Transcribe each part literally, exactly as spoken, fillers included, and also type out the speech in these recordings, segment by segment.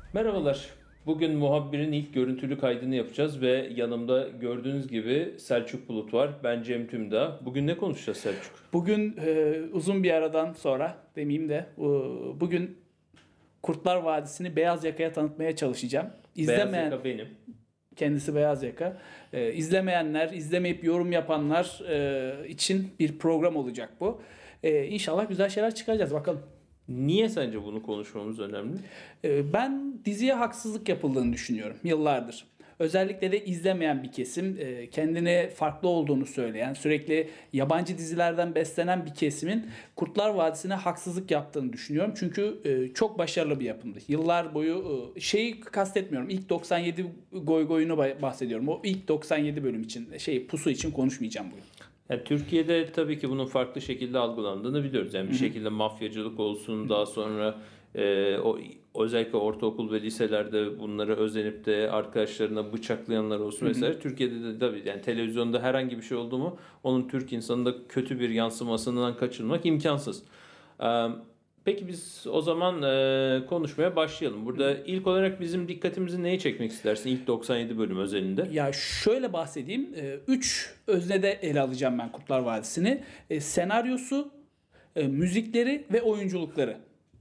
Merhabalar. Bugün Muhabir'in ilk görüntülü kaydını yapacağız ve yanımda gördüğünüz gibi Selçuk Bulut var. Ben Cem Tümdağ. Bugün ne konuşacağız Selçuk? Bugün e, uzun bir aradan sonra demeyeyim de e, bugün Kurtlar Vadisi'ni beyaz yakaya tanıtmaya çalışacağım. Beyaz İzlemeyen, yaka benim. kendisi beyaz yaka. E, izlemeyenler, izlemeyip yorum yapanlar e, için bir program olacak bu. E, İnşallah güzel şeyler çıkaracağız bakalım. Niye sence bunu konuşmamız önemli? E, ben diziye haksızlık yapıldığını düşünüyorum yıllardır. Özellikle de izlemeyen bir kesim, e, kendine farklı olduğunu söyleyen, sürekli yabancı dizilerden beslenen bir kesimin Kurtlar Vadisi'ne haksızlık yaptığını düşünüyorum. Çünkü e, çok başarılı bir yapımdı. Yıllar boyu e, şeyi kastetmiyorum. İlk doksan yedi goy goyunu bahsediyorum. O ilk doksan yedi bölüm için, şey Pusu için konuşmayacağım bugün. Yani Türkiye'de tabii ki bunun farklı şekilde algılandığını biliyoruz. Yani bir şekilde mafyacılık olsun, daha sonra e, o özellikle ortaokul ve liselerde bunları özenip de arkadaşlarına bıçaklayanlar olsun vesaire. Türkiye'de de tabii yani televizyonda herhangi bir şey oldu mu onun Türk insanında kötü bir yansımasından kaçınmak imkansız. E, Peki biz o zaman e, konuşmaya başlayalım. Burada ilk olarak bizim dikkatimizi neye çekmek istersin ilk doksan yedi bölüm özelinde? Ya şöyle bahsedeyim. E, Üç öznede ele alacağım ben Kurtlar Vadisi'ni. E, senaryosu, e, müzikleri ve oyunculukları.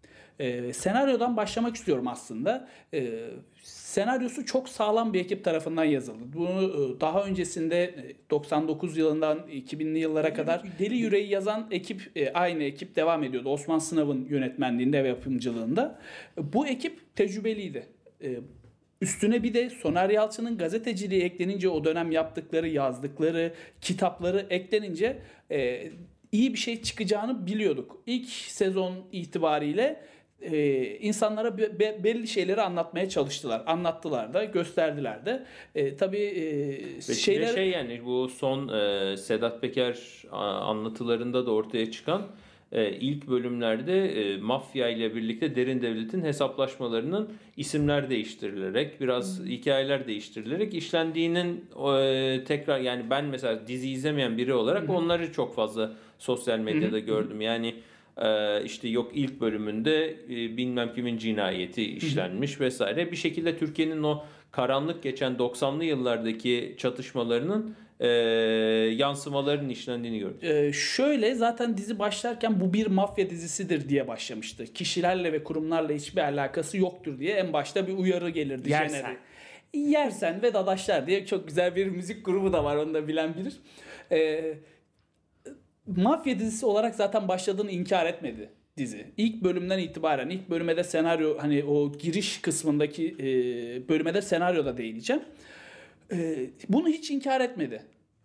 E, senaryodan başlamak istiyorum aslında. E, senaryosu çok sağlam bir ekip tarafından yazıldı. Bunu e, daha öncesinde e, doksan dokuz yılından iki binli yıllara kadar Deli Yüreği yazan ekip, e, aynı ekip devam ediyordu. Osman Sınav'ın yönetmenliğinde ve yapımcılığında. E, bu ekip tecrübeliydi. E, Üstüne bir de Soner Yalçın'ın gazeteciliği eklenince, o dönem yaptıkları, yazdıkları kitapları eklenince e, iyi bir şey çıkacağını biliyorduk. İlk sezon itibariyle e, insanlara be, be, belli şeyleri anlatmaya çalıştılar. Anlattılar da, gösterdiler de. E, tabii e, Ve şeyler... şey yani bu son e, Sedat Peker a, anlatılarında da ortaya çıkan e, ilk bölümlerde e, mafya ile birlikte derin devletin hesaplaşmalarının isimler değiştirilerek, biraz hmm. hikayeler değiştirilerek işlendiğinin e, tekrar, yani ben mesela dizi izlemeyen biri olarak hmm. onları çok fazla sosyal medyada hmm. gördüm. Yani Ee, işte yok ilk bölümünde e, bilmem kimin cinayeti işlenmiş vesaire. Bir şekilde Türkiye'nin o karanlık geçen doksanlı yıllardaki çatışmalarının e, yansımalarının işlendiğini gördük. Ee, şöyle zaten dizi başlarken bu bir mafya dizisidir diye başlamıştı. Kişilerle ve kurumlarla hiçbir alakası yoktur diye en başta bir uyarı gelirdi. Yersen. Jeneri. Yersen ve Dadaşlar diye çok güzel bir müzik grubu da var, onu da bilen bilir. Eee Mafya dizisi olarak zaten başladığını inkar etmedi dizi. İlk bölümden itibaren, ilk bölüme de senaryo, hani o giriş kısmındaki e, bölüme de senaryoda değineceğim. E, bunu hiç inkar etmedi.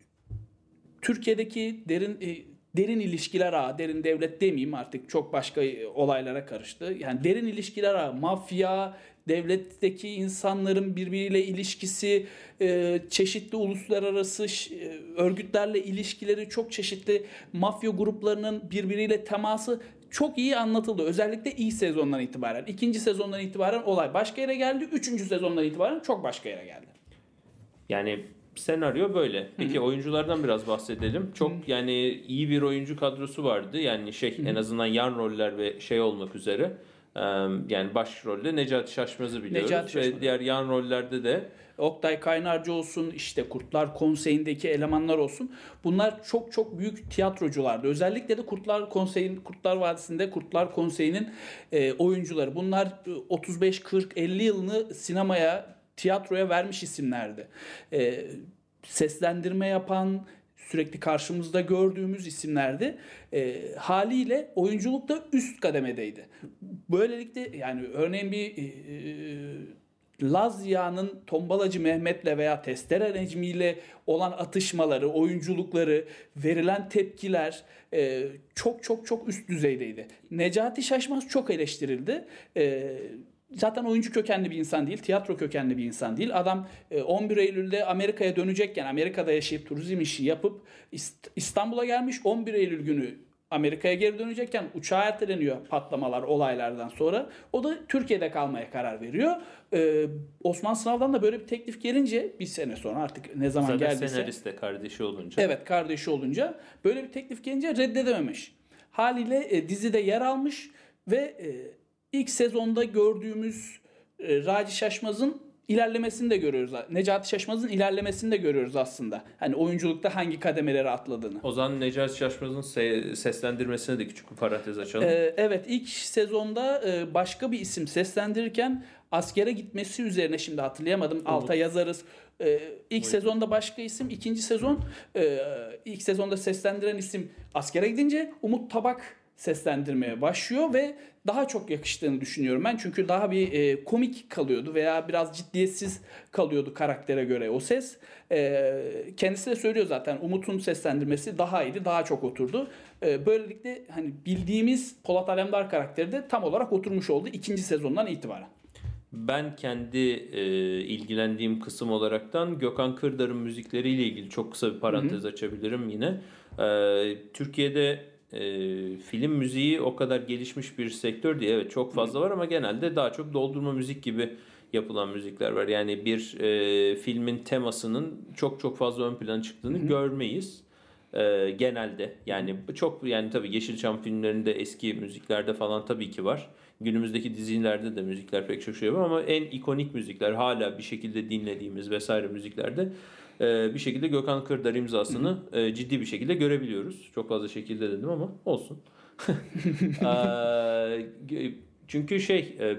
Türkiye'deki derin e, derin ilişkiler ağı, derin devlet demeyeyim artık, çok başka olaylara karıştı. Yani derin ilişkiler ağı, mafya, devletteki insanların birbiriyle ilişkisi, e, çeşitli uluslararası e, örgütlerle ilişkileri, çok çeşitli mafya gruplarının birbiriyle teması çok iyi anlatıldı. Özellikle ilk sezondan itibaren. İkinci sezondan itibaren olay başka yere geldi. Üçüncü sezondan itibaren çok başka yere geldi. Yani senaryo böyle. Peki Hı-hı. oyunculardan biraz bahsedelim. Çok Hı-hı. yani iyi bir oyuncu kadrosu vardı. Yani şey Hı-hı. en azından yan roller ve şey olmak üzere. Yani başrolde Necati Şaşmaz'ı biliyoruz. Necati Şaşmaz. Ve diğer yan rollerde de Oktay Kaynarca olsun, işte Kurtlar Konseyi'ndeki elemanlar olsun. Bunlar çok çok büyük tiyatroculardı. Özellikle de Kurtlar Konseyi'nin, Kurtlar Vadisi'nde Kurtlar Konseyi'nin e, oyuncuları. Bunlar otuz beş kırk elli yılını sinemaya, tiyatroya vermiş isimlerdi. E, seslendirme yapan, sürekli karşımızda gördüğümüz isimlerdi. E, haliyle oyunculuk da üst kademedeydi. Böylelikle yani örneğin bir e, Laz Ziya'nın Tombalacı Mehmet'le veya Testere Necmi'yle olan atışmaları, oyunculukları, verilen tepkiler e, çok çok çok üst düzeydeydi. Necati Şaşmaz çok eleştirildi. E, Zaten oyuncu kökenli bir insan değil, tiyatro kökenli bir insan değil. Adam on bir Eylül'de Amerika'ya dönecekken, Amerika'da yaşayıp turizm işi yapıp İstanbul'a gelmiş. on bir Eylül günü Amerika'ya geri dönecekken uçağı erteleniyor patlamalar, olaylardan sonra. O da Türkiye'de kalmaya karar veriyor. Ee, Osman Sınav'dan da böyle bir teklif gelince, bir sene sonra artık ne zaman Zaten geldiyse. senarist de kardeşi olunca. Evet, kardeşi olunca böyle bir teklif gelince reddedememiş. Haliyle e, dizide yer almış ve e, ilk sezonda gördüğümüz e, Raci Şaşmaz'ın ilerlemesini de görüyoruz. Necati Şaşmaz'ın ilerlemesini de görüyoruz aslında. Hani oyunculukta hangi kademeleri atladığını. O zaman Necati Şaşmaz'ın se- seslendirmesine de küçük bir parantez açalım. Ee, evet, ilk sezonda e, başka bir isim seslendirirken askere gitmesi üzerine, şimdi hatırlayamadım, Umut. Alta yazarız. Ee, ilk evet. sezonda başka isim, ikinci sezon e, ilk sezonda seslendiren isim askere gidince Umut Tabak seslendirmeye başlıyor ve daha çok yakıştığını düşünüyorum ben. Çünkü daha bir e, komik kalıyordu veya biraz ciddiyetsiz kalıyordu karaktere göre o ses. E, kendisi de söylüyor zaten, Umut'un seslendirmesi daha iyiydi, daha çok oturdu. E, böylelikle hani bildiğimiz Polat Alemdar karakteri de tam olarak oturmuş oldu ikinci sezondan itibaren. Ben kendi e, ilgilendiğim kısım olaraktan Gökhan Kırdar'ın müzikleriyle ilgili çok kısa bir parantez Hı-hı. açabilirim yine. E, Türkiye'de e, film müziği o kadar gelişmiş bir sektör değil. Evet, çok fazla Hı-hı. var ama genelde daha çok doldurma müzik gibi yapılan müzikler var. Yani bir e, filmin temasının çok çok fazla ön plana çıktığını Hı-hı. görmeyiz. E, genelde yani çok, yani tabii Yeşilçam filmlerinde, eski müziklerde falan tabii ki var. Günümüzdeki dizilerde de müzikler pek çok şey var ama en ikonik müzikler, hala bir şekilde dinlediğimiz vesaire müziklerde e, bir şekilde Gökhan Kırdar imzasını e, ciddi bir şekilde görebiliyoruz. Çok fazla şekilde dedim ama olsun. e, çünkü şey e,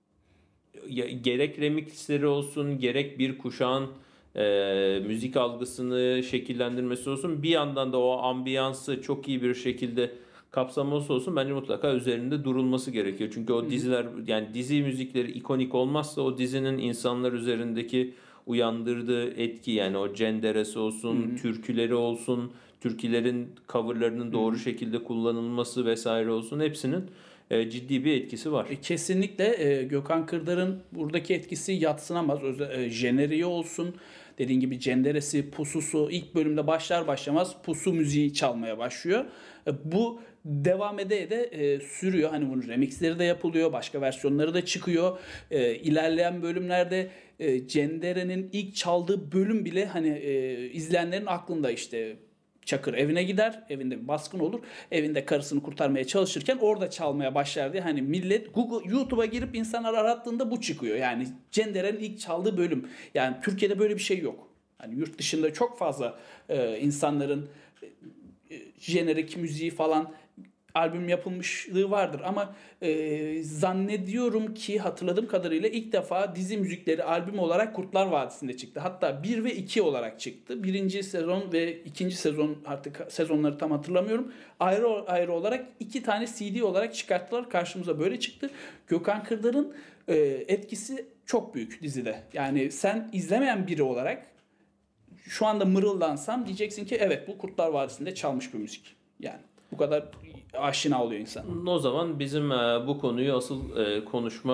gerek remixleri olsun, gerek bir kuşağın e, müzik algısını şekillendirmesi olsun, bir yandan da o ambiyansı çok iyi bir şekilde kapsaması olsun, bence mutlaka üzerinde durulması gerekiyor. Çünkü o diziler, yani dizi müzikleri ikonik olmazsa o dizinin insanlar üzerindeki uyandırdığı etki, yani o cenderesi olsun, Hı-hı. türküleri olsun, türkülerin coverlarının doğru Hı-hı. şekilde kullanılması vesaire olsun, hepsinin e, ciddi bir etkisi var. E, kesinlikle e, Gökhan Kırdar'ın buradaki etkisi yadsınamaz. Özel, e, jeneriği olsun, dediğin gibi cenderesi, pususu, ilk bölümde başlar başlamaz pusu müziği çalmaya başlıyor. E, bu devam ede de e, sürüyor. Hani bunun remixleri de yapılıyor, başka versiyonları da çıkıyor. E, ilerleyen bölümlerde e, Cendere'nin ilk çaldığı bölüm bile hani e, izleyenlerin aklında, işte Çakır evine gider, evinde bir baskın olur, evinde karısını kurtarmaya çalışırken orada çalmaya başlar diye hani millet Google, YouTube'a girip insanlar arattığında bu çıkıyor. Yani Cendere'nin ilk çaldığı bölüm. Yani Türkiye'de böyle bir şey yok. Hani yurt dışında çok fazla e, insanların e, jenerik müziği falan albüm yapılmışlığı vardır ama e, zannediyorum ki hatırladığım kadarıyla ilk defa dizi müzikleri albüm olarak Kurtlar Vadisi'nde çıktı. Hatta bir ve iki olarak çıktı. Birinci sezon ve ikinci sezon, artık sezonları tam hatırlamıyorum. Ayrı ayrı olarak iki tane C D olarak çıkarttılar. Karşımıza böyle çıktı. Gökhan Kırdar'ın e, etkisi çok büyük dizide. Yani sen izlemeyen biri olarak şu anda mırıldansam diyeceksin ki evet, bu Kurtlar Vadisi'nde çalmış bir müzik. Yani bu kadar aşina oluyor insan. O zaman bizim e, bu konuyu asıl e,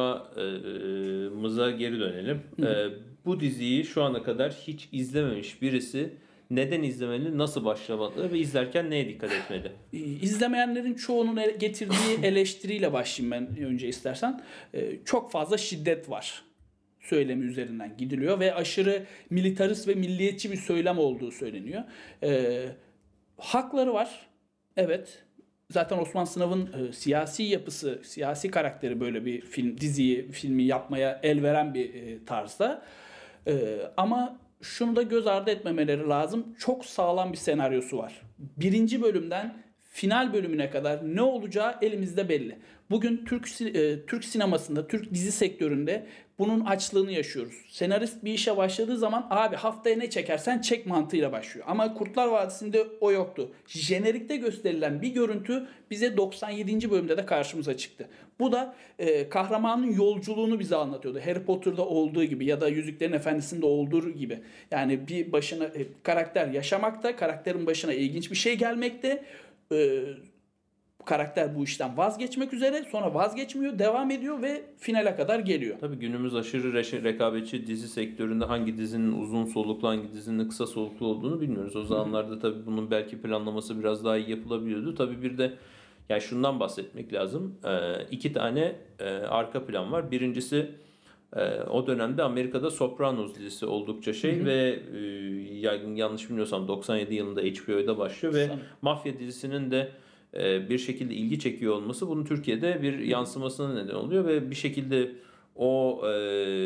konuşmamıza geri dönelim. E, bu diziyi şu ana kadar hiç izlememiş birisi neden izlemeli, nasıl başlamalı ve izlerken neye dikkat etmeli? İzlemeyenlerin çoğunun getirdiği eleştiriyle başlayayım ben önce istersen. E, çok fazla şiddet var söylemi üzerinden gidiliyor ve aşırı militarist ve milliyetçi bir söylem olduğu söyleniyor. E, hakları var. Evet. Zaten Osman Sınav'ın e, siyasi yapısı, siyasi karakteri böyle bir film, diziyi, filmi yapmaya el veren bir e, tarzda. E, ama şunu da göz ardı etmemeleri lazım. Çok sağlam bir senaryosu var. Birinci bölümden final bölümüne kadar ne olacağı elimizde belli. Bugün Türk e, Türk sinemasında, Türk dizi sektöründe bunun açlığını yaşıyoruz. Senarist bir işe başladığı zaman abi haftaya ne çekersen çek mantığıyla başlıyor. Ama Kurtlar Vadisi'nde o yoktu. Jenerikte gösterilen bir görüntü bize doksan yedinci bölümde de karşımıza çıktı. Bu da e, kahramanın yolculuğunu bize anlatıyordu. Harry Potter'da olduğu gibi ya da Yüzüklerin Efendisi'nde olduğu gibi. Yani bir başına e, karakter yaşamakta, karakterin başına ilginç bir şey gelmekte. E, karakter bu işten vazgeçmek üzere, sonra vazgeçmiyor, devam ediyor ve finale kadar geliyor. Tabii günümüz aşırı rekabetçi dizi sektöründe hangi dizinin uzun soluklu, hangi dizinin kısa soluklu olduğunu bilmiyoruz. O zamanlarda tabii bunun belki planlaması biraz daha iyi yapılabiliyordu. Tabii bir de yani şundan bahsetmek lazım. Ee, iki tane e, arka plan var. Birincisi e, o dönemde Amerika'da Sopranos dizisi oldukça şey hı hı. ve e, yanlış bilmiyorsam doksan yedi yılında H B O'da başlıyor ve Sanırım. Mafya dizisinin de bir şekilde ilgi çekiyor olması bunun Türkiye'de bir yansımasına neden oluyor ve bir şekilde o e,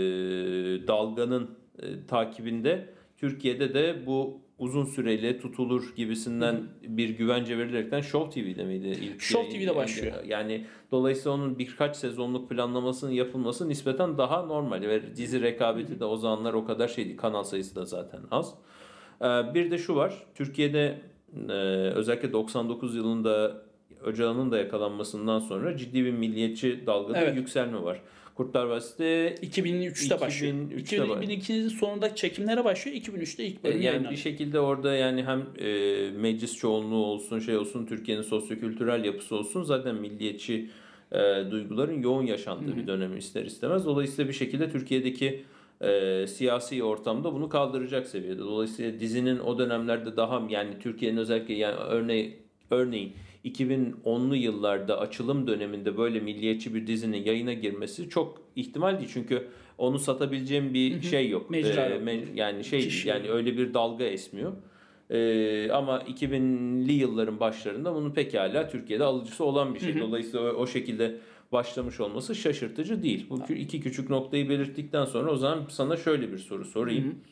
dalganın e, takibinde Türkiye'de de bu uzun süreli tutulur gibisinden bir güvence verilerekten Show T V'de miydi ilk Show yayın? T V'de başlıyor. Yani dolayısıyla onun birkaç sezonluk planlamasının yapılması nispeten daha normal ve dizi rekabeti de o zamanlar o kadar şeydi. Kanal sayısı da zaten az. Ee, Bir de şu var. Türkiye'de e, özellikle doksan dokuz yılında Öcalan'ın da yakalanmasından sonra ciddi bir milliyetçi dalgada Evet. yükselme var. Kurtlar Vadisi iki bin üçte başlıyor. iki bin üçte iki bin ikinin sonunda çekimlere başlıyor. iki bin üçte ilk bölüm yani yayınlanıyor. bir şekilde orada yani hem e, meclis çoğunluğu olsun şey olsun Türkiye'nin sosyokültürel yapısı olsun zaten milliyetçi e, duyguların yoğun yaşandığı Hı hı. bir dönem ister istemez. Dolayısıyla bir şekilde Türkiye'deki e, siyasi ortamda bunu kaldıracak seviyede. Dolayısıyla dizinin o dönemlerde daha yani Türkiye'nin özellikle yani örneğin örneğin iki bin onlu yıllarda açılım döneminde böyle milliyetçi bir dizinin yayına girmesi çok ihtimal değil. Çünkü onu satabileceğim bir Hı hı. şey yok. Mecra Ee, yok. me- yani şey Kişi yani yok. öyle bir dalga esmiyor. Ee, ama iki binli yılların başlarında bunun pekala Türkiye'de alıcısı olan bir şey. Hı hı. Dolayısıyla o, o şekilde başlamış olması şaşırtıcı değil. Bu kü- iki küçük noktayı belirttikten sonra o zaman sana şöyle bir soru sorayım. Hı hı.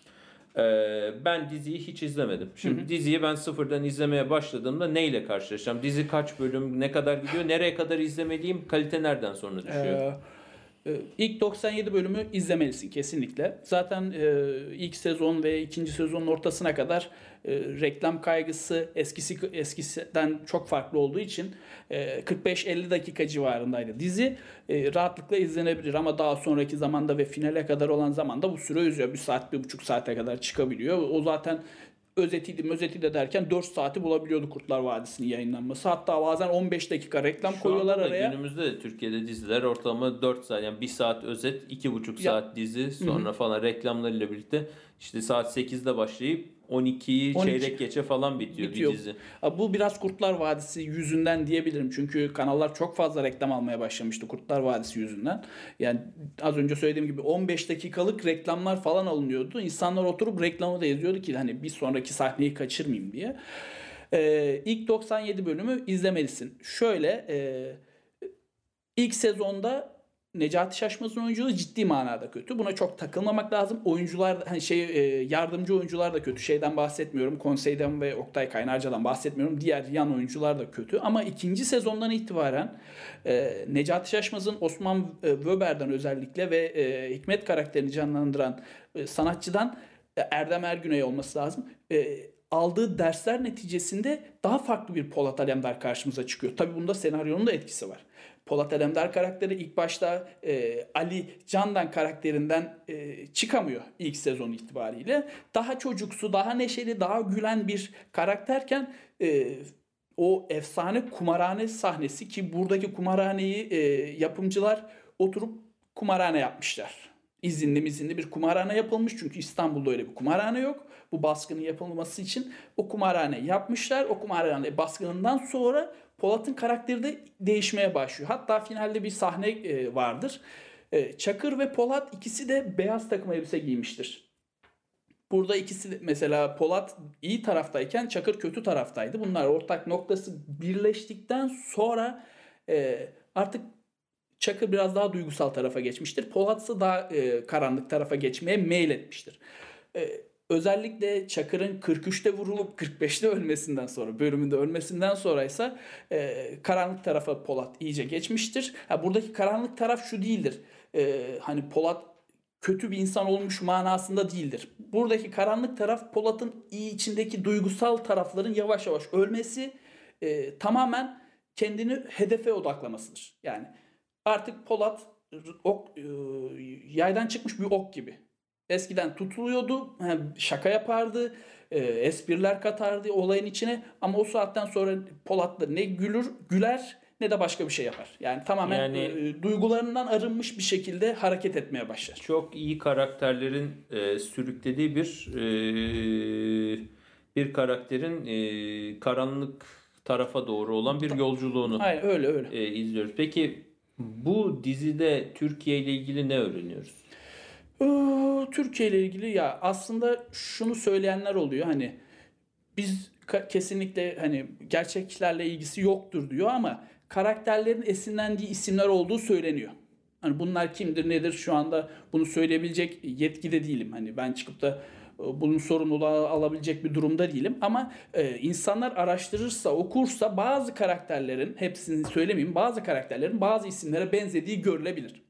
Ee, ben diziyi hiç izlemedim. Şimdi Hı hı. diziyi ben sıfırdan izlemeye başladığımda neyle karşılaşacağım? Dizi kaç bölüm, ne kadar gidiyor, nereye kadar izlemeliyim, kalite nereden sonra düşüyor? Ee, e, ilk doksan yedi bölümü izlemelisin kesinlikle. Zaten e, ilk sezon ve ikinci sezonun ortasına kadar e, reklam kaygısı eskisi eskisinden çok farklı olduğu için e, kırk beş elli dakika civarındaydı. Dizi e, rahatlıkla izlenebilir ama daha sonraki zamanda ve finale kadar olan zamanda bu süre uzuyor. Bir saat, bir buçuk saate kadar çıkabiliyor. O zaten özetiydi mözetiydi derken dört saati bulabiliyordu Kurtlar Vadisi'nin yayınlanması. Hatta bazen on beş dakika reklam Şu koyuyorlar anda da araya. günümüzde de Türkiye'de diziler ortalama dört saat yani bir saat özet, iki buçuk Ya. saat dizi sonra falan reklamlarıyla birlikte işte saat sekizde başlayıp on ikiyi on iki çeyrek geçe falan bitiyor, bitiyor. bir dizi. Bu biraz Kurtlar Vadisi yüzünden diyebilirim. Çünkü kanallar çok fazla reklam almaya başlamıştı Kurtlar Vadisi yüzünden. Yani az önce söylediğim gibi on beş dakikalık reklamlar falan alınıyordu. İnsanlar oturup reklamı da izliyordu ki hani bir sonraki sahneyi kaçırmayayım diye. Ee, ilk doksan yedi bölümü izlemelisin. Şöyle e, ilk sezonda Necati Şaşmaz'ın oyunculuğu ciddi manada kötü. Buna çok takılmamak lazım. Oyuncular hani şey e, yardımcı oyuncular da kötü. Şeyden bahsetmiyorum. Konsey'den ve Oktay Kaynarca'dan bahsetmiyorum. Diğer yan oyuncular da kötü. Ama ikinci sezondan itibaren e, Necati Şaşmaz'ın Osman e, Wöber'den özellikle ve e, Hikmet karakterini canlandıran e, sanatçıdan e, Erdem Ergüney olması lazım. E, aldığı dersler neticesinde daha farklı bir Polat Alemdar karşımıza çıkıyor. Tabii bunda senaryonun da etkisi var. Polat Alemdar karakteri ilk başta e, Ali Candan karakterinden e, çıkamıyor ilk sezon itibariyle. Daha çocuksu, daha neşeli, daha gülen bir karakterken e, o efsane kumarhane sahnesi ki buradaki kumarhaneyi e, yapımcılar oturup kumarhane yapmışlar. İzinli mizinli bir kumarhane yapılmış çünkü İstanbul'da öyle bir kumarhane yok. Bu baskının yapılması için o kumarhane yapmışlar. O kumarhane baskınından sonra Polat'ın karakteri de değişmeye başlıyor. Hatta finalde bir sahne e, vardır. E, Çakır ve Polat ikisi de beyaz takım elbise giymiştir. Burada ikisi de, mesela Polat iyi taraftayken Çakır kötü taraftaydı. Bunlar ortak noktası birleştikten sonra e, artık Çakır biraz daha duygusal tarafa geçmiştir. Polat ise daha e, karanlık tarafa geçmeye meyletmiştir. E, özellikle Çakır'ın kırk üçte vurulup kırk beşte ölmesinden sonra, bölümünde ölmesinden sonra ise e, karanlık tarafa Polat iyice geçmiştir. Ha, buradaki karanlık taraf şu değildir. E, hani Polat kötü bir insan olmuş manasında değildir. Buradaki karanlık taraf Polat'ın içindeki duygusal tarafların yavaş yavaş ölmesi, e, tamamen kendini hedefe odaklamasıdır. Yani artık Polat ok, e, yaydan çıkmış bir ok gibi. Eskiden tutuluyordu, şaka yapardı, e, espriler katardı olayın içine ama o saatten sonra Polat da ne gülür, güler ne de başka bir şey yapar. Yani tamamen Yani- e, duygularından arınmış bir şekilde hareket etmeye başlar. Çok iyi karakterlerin e, sürüklediği bir e, bir karakterin e, karanlık tarafa doğru olan bir yolculuğunu Aynen öyle öyle. e, izliyoruz. Peki bu dizide Türkiye ile ilgili ne öğreniyoruz? Ee, Türkiye ile ilgili ya aslında şunu söyleyenler oluyor hani biz ka- kesinlikle hani gerçeklerle ilgisi yoktur diyor ama karakterlerin esinlendiği isimler olduğu söyleniyor. Hani bunlar kimdir, nedir şu anda bunu söyleyebilecek yetkide değilim. Hani ben çıkıp da e, bunun sorumluluğu alabilecek bir durumda değilim. Ama e, insanlar araştırırsa, okursa bazı karakterlerin, hepsini söylemeyeyim, bazı karakterlerin bazı isimlere benzediği görülebilir.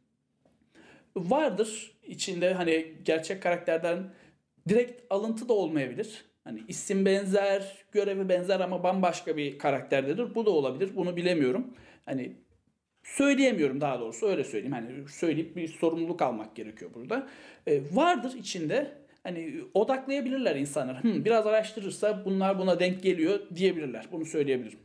Vardır içinde hani gerçek karakterden direkt alıntı da olmayabilir. Hani isim benzer, görevi benzer ama bambaşka bir karakterdedir. Bu da olabilir. Bunu bilemiyorum. Hani söyleyemiyorum, daha doğrusu öyle söyleyeyim. Hani söyleyip bir sorumluluk almak gerekiyor burada. Ee, vardır içinde. Hani odaklayabilirler insanlar. Hı, biraz araştırırsa bunlar buna denk geliyor diyebilirler. Bunu söyleyebilirim.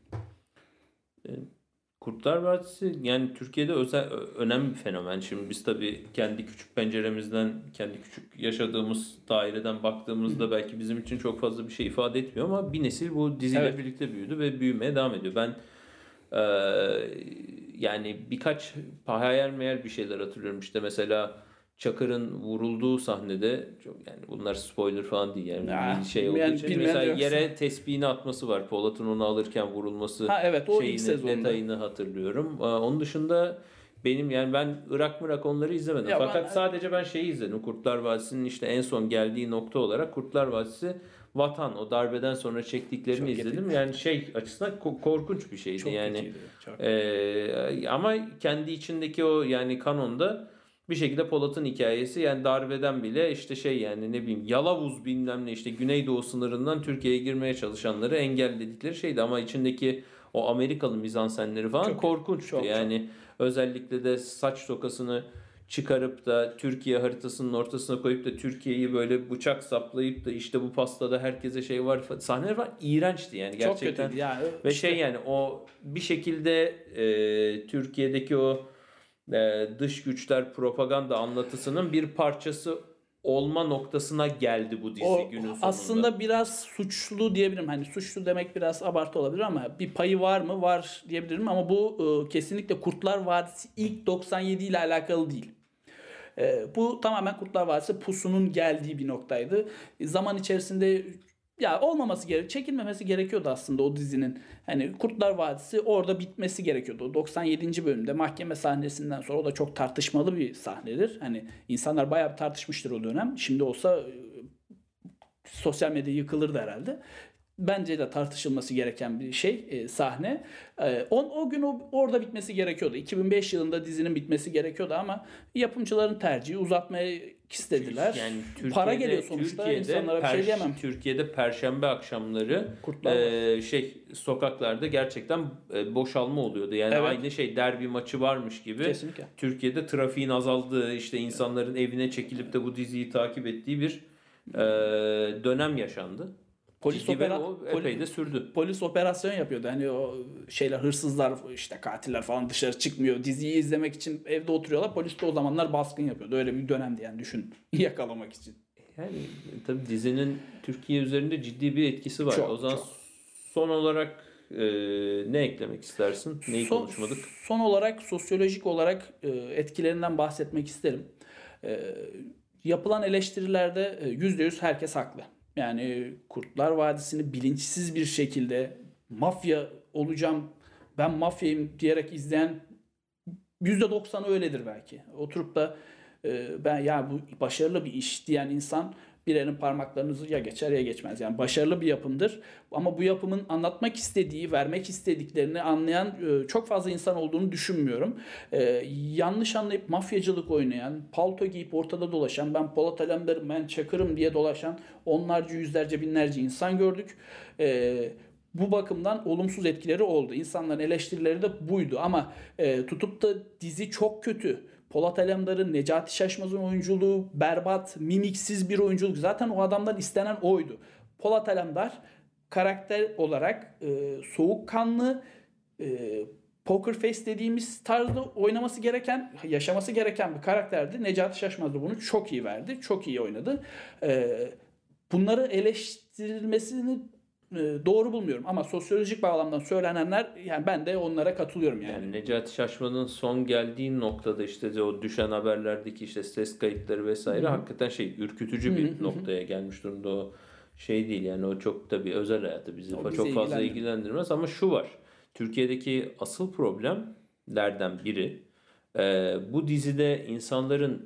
Kurtlar Vadisi yani Türkiye'de özel önemli bir fenomen. Şimdi biz tabii kendi küçük penceremizden, kendi küçük yaşadığımız daireden baktığımızda belki bizim için çok fazla bir şey ifade etmiyor ama bir nesil bu diziyle Evet. birlikte büyüdü ve büyümeye devam ediyor. Ben e, yani birkaç hayal meyal bir şeyler hatırlıyorum. İşte mesela Çakır'ın vurulduğu sahnede, çok yani bunlar spoiler falan değil yani, Ya, bir şey olduğu yani için bilmeyen mesela yoksa. yere tesbihini atması var. Polat'ın onu alırken vurulması Ha evet, o ilk şeyini, sezonda. detayını hatırlıyorum. Aa, Onun dışında benim yani ben Irak Mırak onları izlemedim. Ya Fakat ben- sadece ben şeyi izledim. Kurtlar Vadisi'nin işte en son geldiği nokta olarak Kurtlar Vadisi Vatan, o darbeden sonra çektiklerini Çok izledim. kötü. Yani şey açısından ko- korkunç bir şeydi Çok yani. kötüydü. Çok. Ee, ama kendi içindeki o yani kanonda bir şekilde Polat'ın hikayesi yani darbeden bile işte şey yani ne bileyim Yalavuz bilmem ne işte Güneydoğu sınırından Türkiye'ye girmeye çalışanları engelledikleri şeydi ama içindeki o Amerikalı mizansenleri falan Çok- korkunçtu. çok- yani özellikle de saç tokasını çıkarıp da Türkiye haritasının ortasına koyup da Türkiye'yi böyle bıçak saplayıp da işte bu pastada herkese şey var sahneler var, iğrençti yani Çok gerçekten. kötüydü. Yani Ve işte- şey yani o bir şekilde e, Türkiye'deki o e, dış güçler propaganda anlatısının bir parçası olma noktasına geldi bu dizi O günün sonunda. aslında biraz suçlu diyebilirim. Hani suçlu demek biraz abartı olabilir ama bir payı var mı? Var diyebilirim ama bu e, kesinlikle Kurtlar Vadisi ilk doksan yedi ile alakalı değil. E, bu tamamen Kurtlar Vadisi pusunun geldiği bir noktaydı. E, zaman içerisinde ya olmaması gerek, çekilmemesi gerekiyordu aslında o dizinin. Hani Kurtlar Vadisi orada bitmesi gerekiyordu. O doksan yedinci bölümde mahkeme sahnesinden sonra, o da çok tartışmalı bir sahnedir. Hani insanlar bayağı bir tartışmıştır o dönem. Şimdi olsa e, sosyal medya yıkılırdı herhalde. Bence de tartışılması gereken bir şey e, sahne. E, on, o gün o, orada bitmesi gerekiyordu. iki bin beş yılında dizinin bitmesi gerekiyordu ama yapımcıların tercihi uzatmaya istediler. Yani Para geliyor sonuçta, insanlara bir şey Perş- diyemem. Türkiye'de Perşembe akşamları Kurtlar e, şey sokaklarda gerçekten e, boşalma oluyordu. Yani Evet. aynı şey derbi maçı varmış gibi. Kesinlikle. Türkiye'de trafiğin azaldığı, işte insanların evine çekilip de bu diziyi takip ettiği bir e, dönem yaşandı. Polis, Ciddi ve opera- o poli- epey de sürdü. polis operasyon yapıyordu. Hani o şeyler, hırsızlar, işte katiller falan dışarı çıkmıyor. Diziyi izlemek için evde oturuyorlar. Polis de o zamanlar baskın yapıyordu. Öyle bir dönemdi yani, düşün. Yakalamak için. Yani tabii dizinin Türkiye üzerinde ciddi bir etkisi var. Çok, o zaman çok. son olarak e, ne eklemek istersin? Neyi Son- konuşmadık? Son olarak sosyolojik olarak e, etkilerinden bahsetmek isterim. E, yapılan eleştirilerde e, yüzde yüz herkes haklı. Yani Kurtlar Vadisi'ni bilinçsiz bir şekilde mafya olacağım, ben mafyayım diyerek izleyen yüzde doksanı öyledir belki. Oturup da e, ben ya bu başarılı bir iş diyen insan bir elin parmaklarınızı ya geçer ya geçmez. Yani başarılı bir yapımdır. Ama bu yapımın anlatmak istediği, vermek istediklerini anlayan e, çok fazla insan olduğunu düşünmüyorum. E, yanlış anlayıp mafyacılık oynayan, palto giyip ortada dolaşan, ben Polat Alemdar'ım, ben Çakır'ım diye dolaşan onlarca, yüzlerce, binlerce insan gördük. E, Bu bakımdan olumsuz etkileri oldu. İnsanların eleştirileri de buydu ama e, tutup da dizi çok kötü, Polat Alemdar'ın, Necati Şaşmaz'ın oyunculuğu berbat, mimiksiz bir oyunculuk. Zaten o adamdan istenen oydu. Polat Alemdar karakter olarak e, soğukkanlı, e, poker face dediğimiz tarzda oynaması gereken, yaşaması gereken bir karakterdi. Necati Şaşmaz da bunu çok iyi verdi. Çok iyi oynadı. E, bunları eleştirilmesini e, doğru bulmuyorum ama sosyolojik bağlamdan söylenenler, yani ben de onlara katılıyorum yani. Yani Necati Şaşmaz'ın son geldiği noktada işte o düşen haberlerdeki işte ses kayıtları vesaire hakikaten şey ürkütücü bir noktaya gelmiş durumda. O şey değil yani, o çok tabii özel hayatı bizi O bizi çok fazla ilgilendirmiyor. ilgilendirmez ama şu var. Türkiye'deki asıl problemlerden biri Ee, bu dizide insanların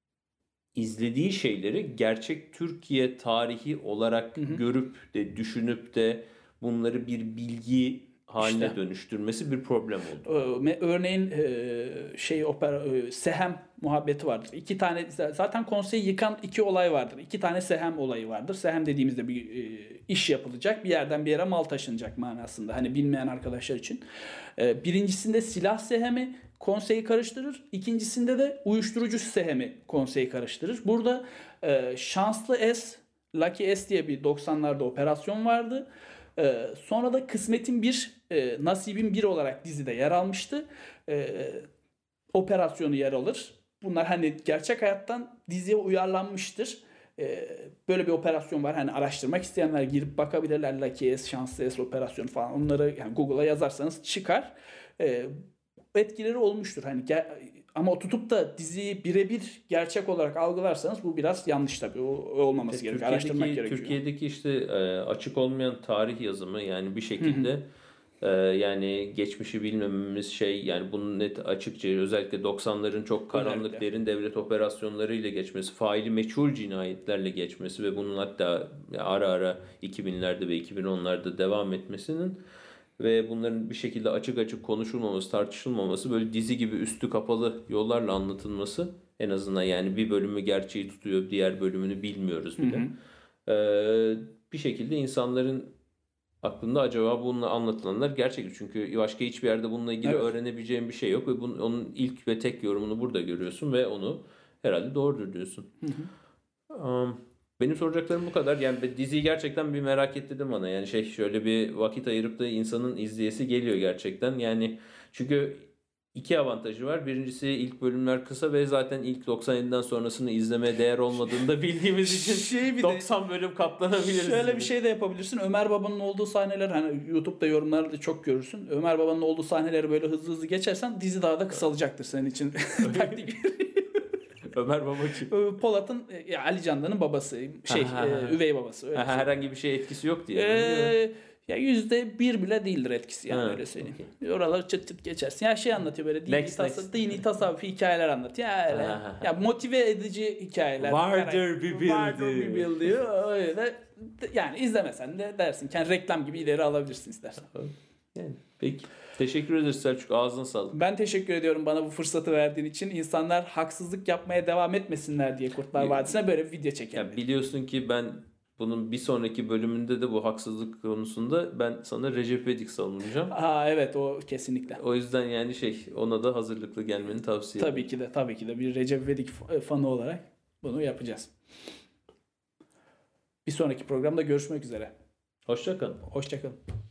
izlediği şeyleri gerçek Türkiye tarihi olarak Hı hı. görüp de düşünüp de bunları bir bilgi haline İşte. dönüştürmesi bir problem oldu. Ö- Örneğin e, şey opera e, Sehem muhabbeti vardır. İki tane zaten konseyi yıkan iki olay vardır. İki tane Sehem olayı vardır. Sehem dediğimizde bir e, iş yapılacak. Bir yerden bir yere mal taşınacak manasında. Hani bilmeyen arkadaşlar için. E, birincisinde silah Sehemi konseyi karıştırır. İkincisinde de uyuşturucu Sehemi konseyi karıştırır. Burada e, Şanslı S, Lucky S diye bir doksanlarda operasyon vardı. Ee, sonra da Kısmetin bir, e, Nasibin bir olarak dizide yer almıştı. Ee, operasyonu yer alır. Bunlar hani gerçek hayattan diziye uyarlanmıştır. Ee, böyle bir operasyon var. Hani araştırmak isteyenler girip bakabilirler. Lucky S, Şanslı S operasyonu falan. Onları yani Google'a yazarsanız çıkar. Ee, etkileri olmuştur. Hani ger- ama tutup da diziyi birebir gerçek olarak algılarsanız bu biraz yanlış tabii. O, o olmaması gerekiyor. Araştırmak gerekiyor. Türkiye'deki işte e, açık olmayan tarih yazımı yani bir şekilde e, yani geçmişi bilmememiz şey yani bunun net açıkça özellikle doksanların çok karanlık Özellikle. derin devlet operasyonlarıyla geçmesi, faili meçhul cinayetlerle geçmesi ve bunun hatta ara ara iki binlerde ve iki bin onlarda devam etmesinin ve bunların bir şekilde açık açık konuşulmaması, tartışılmaması, böyle dizi gibi üstü kapalı yollarla anlatılması en azından yani bir bölümü gerçeği tutuyor, diğer bölümünü bilmiyoruz bile. Hı hı. Ee, bir şekilde insanların aklında acaba bununla anlatılanlar gerçek çünkü başka hiçbir yerde bununla ilgili Evet. öğrenebileceğin bir şey yok ve bunun, onun ilk ve tek yorumunu burada görüyorsun ve onu herhalde doğrudur diyorsun. Hı hı. Um, benim soracaklarım bu kadar. Yani ben diziyi gerçekten bir merak ettirdim bana. Yani şey şöyle bir vakit ayırıp da insanın izleyesi geliyor gerçekten. Yani çünkü iki avantajı var. Birincisi ilk bölümler kısa ve zaten ilk doksan yediden sonrasını izlemeye değer olmadığını da bildiğimiz için Şey bir de- doksan bölüm katlanabiliriz. Şöyle bir şey de yapabilirsin. Ömer Baba'nın olduğu sahneler hani YouTube'da yorumlarda çok görürsün. Ömer Baba'nın olduğu sahneleri böyle hızlı hızlı geçersen dizi daha da kısalacaktır senin için. Taktik. Ömer Baba kim? Polat'ın ya Ali Candan'ın babası, şey Ha, ha, ha. e, üvey babası. Öyle Ha, söyleyeyim. herhangi bir şey etkisi yok diye. Ee, ya yüzde bir bile değildir etkisi yani Ha, öyle söyleyeyim. Oraları çıt çıt geçersin. Ya şey anlatıyor böyle dini, Next, tasa, next. dini tasavvufi hikayeler anlatıyor. Ya, öyle. Ha, ha, ha. Ya motive edici hikayeler. Vardır bir bildiği. Vardır bir bildiği. Öyle. Yani izlemesen de dersin. Kendi reklam gibi ileri alabilirsin istersen. Yani, peki. Teşekkür ederiz Selçuk. Ağzına sağlık. Ben teşekkür ediyorum bana bu fırsatı verdiğin için. İnsanlar haksızlık yapmaya devam etmesinler diye Kurtlar Vadisi'ne böyle bir video çekelim. Ya biliyorsun ki ben bunun bir sonraki bölümünde de bu haksızlık konusunda ben sana Recep İvedik savunacağım. Aa evet o kesinlikle. O yüzden yani şey ona da hazırlıklı gelmeni tavsiye ederim. Tabii ki de tabii ki de bir Recep İvedik fanı olarak bunu yapacağız. Bir sonraki programda görüşmek üzere. Hoşça kal. Hoşça kalın.